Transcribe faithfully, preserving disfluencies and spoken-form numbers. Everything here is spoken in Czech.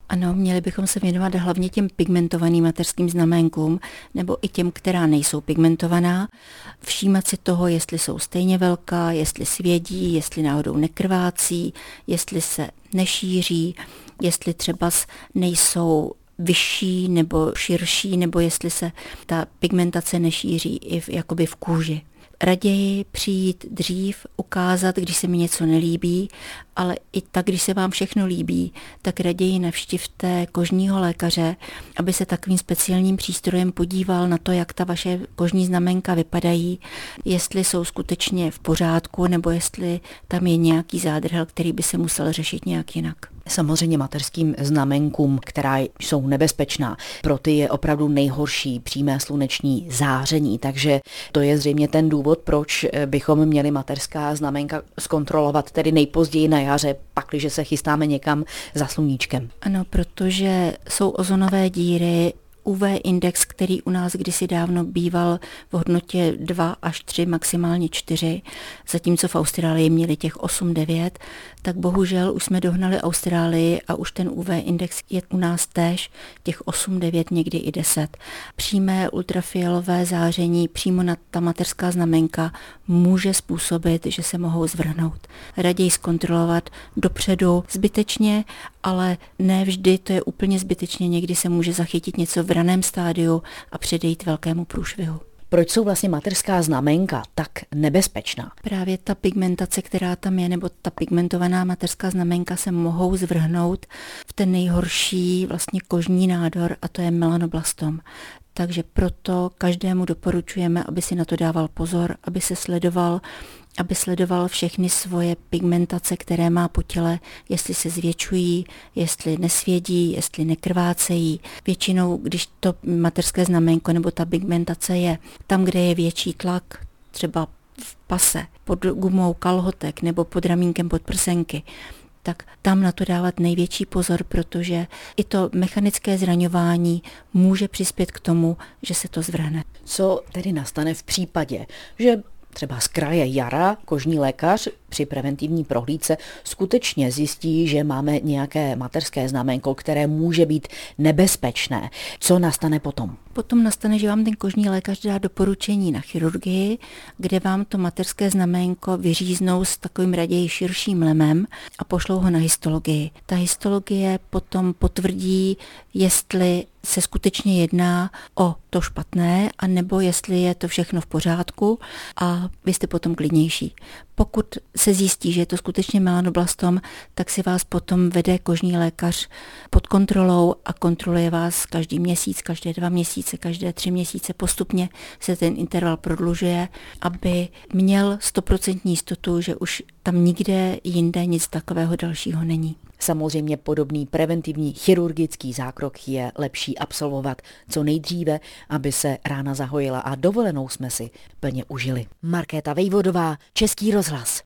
Ano, měli bychom se věnovat hlavně těm pigmentovaným mateřským znaménkům, nebo i těm, která nejsou pigmentovaná. Všímat si toho, jestli jsou stejně velká, jestli svědí, jestli náhodou nekrvácí, jestli se nešíří, jestli třeba nejsou vyšší nebo širší, nebo jestli se ta pigmentace nešíří i v, jakoby v kůži. Raději přijít dřív, ukázat, když se mi něco nelíbí, ale i tak, když se vám všechno líbí, tak raději navštivte kožního lékaře, aby se takovým speciálním přístrojem podíval na to, jak ta vaše kožní znamenka vypadají, jestli jsou skutečně v pořádku, nebo jestli tam je nějaký zádrhel, který by se musel řešit nějak jinak. Samozřejmě mateřským znamenkům, která jsou nebezpečná. Pro ty je opravdu nejhorší přímé sluneční záření, takže to je zřejmě ten důvod, proč bychom měli mateřská znamenka zkontrolovat tedy nejpozději na jaře, pakliže se chystáme někam za sluníčkem. Ano, protože jsou ozonové díry, U V index, který u nás kdysi dávno býval v hodnotě dva až tři, maximálně čtyři, zatímco v Austrálii měli těch osm devět, tak bohužel už jsme dohnali Austrálii a už ten U V index je u nás též těch osm devět, někdy i deset. Přímé ultrafialové záření přímo na ta mateřská znamenka může způsobit, že se mohou zvrhnout. Raději zkontrolovat dopředu zbytečně, ale ne vždy to je úplně zbytečně, někdy se může zachytit něco v raném stádiu a předejít velkému průšvihu. Proč jsou vlastně mateřská znamenka tak nebezpečná? Právě ta pigmentace, která tam je, nebo ta pigmentovaná mateřská znamenka se mohou zvrhnout v ten nejhorší vlastně kožní nádor, a to je melanoblastom. Takže proto každému doporučujeme, aby si na to dával pozor, aby se sledoval, aby sledoval všechny svoje pigmentace, které má po těle, jestli se zvětšují, jestli nesvědí, jestli nekrvácejí. Většinou, když to mateřské znaménko nebo ta pigmentace je tam, kde je větší tlak, třeba v pase, pod gumou kalhotek nebo pod ramínkem podprsenky, tak tam na to dávat největší pozor, protože i to mechanické zraňování může přispět k tomu, že se to zvrhne. Co tedy nastane v případě, že třeba z kraje jara kožní lékař při preventivní prohlídce skutečně zjistí, že máme nějaké mateřské znaménko, které může být nebezpečné? Co nastane potom? Potom nastane, že vám ten kožní lékař dá doporučení na chirurgii, kde vám to mateřské znaménko vyříznou s takovým raději širším lemem a pošlou ho na histologii. Ta histologie potom potvrdí, jestli se skutečně jedná o to špatné, anebo jestli je to všechno v pořádku a vy jste potom klidnější. Pokud se zjistí, že je to skutečně melanoblastom, tak si vás potom vede kožní lékař pod kontrolou a kontroluje vás každý měsíc, každé dva měsíce, každé tři měsíce. Postupně se ten interval prodlužuje, aby měl stoprocentní jistotu, že už tam nikde jinde nic takového dalšího není. Samozřejmě podobný preventivní chirurgický zákrok je lepší absolvovat co nejdříve, aby se rána zahojila a dovolenou jsme si plně užili. Markéta Vejvodová, Český rozhlas.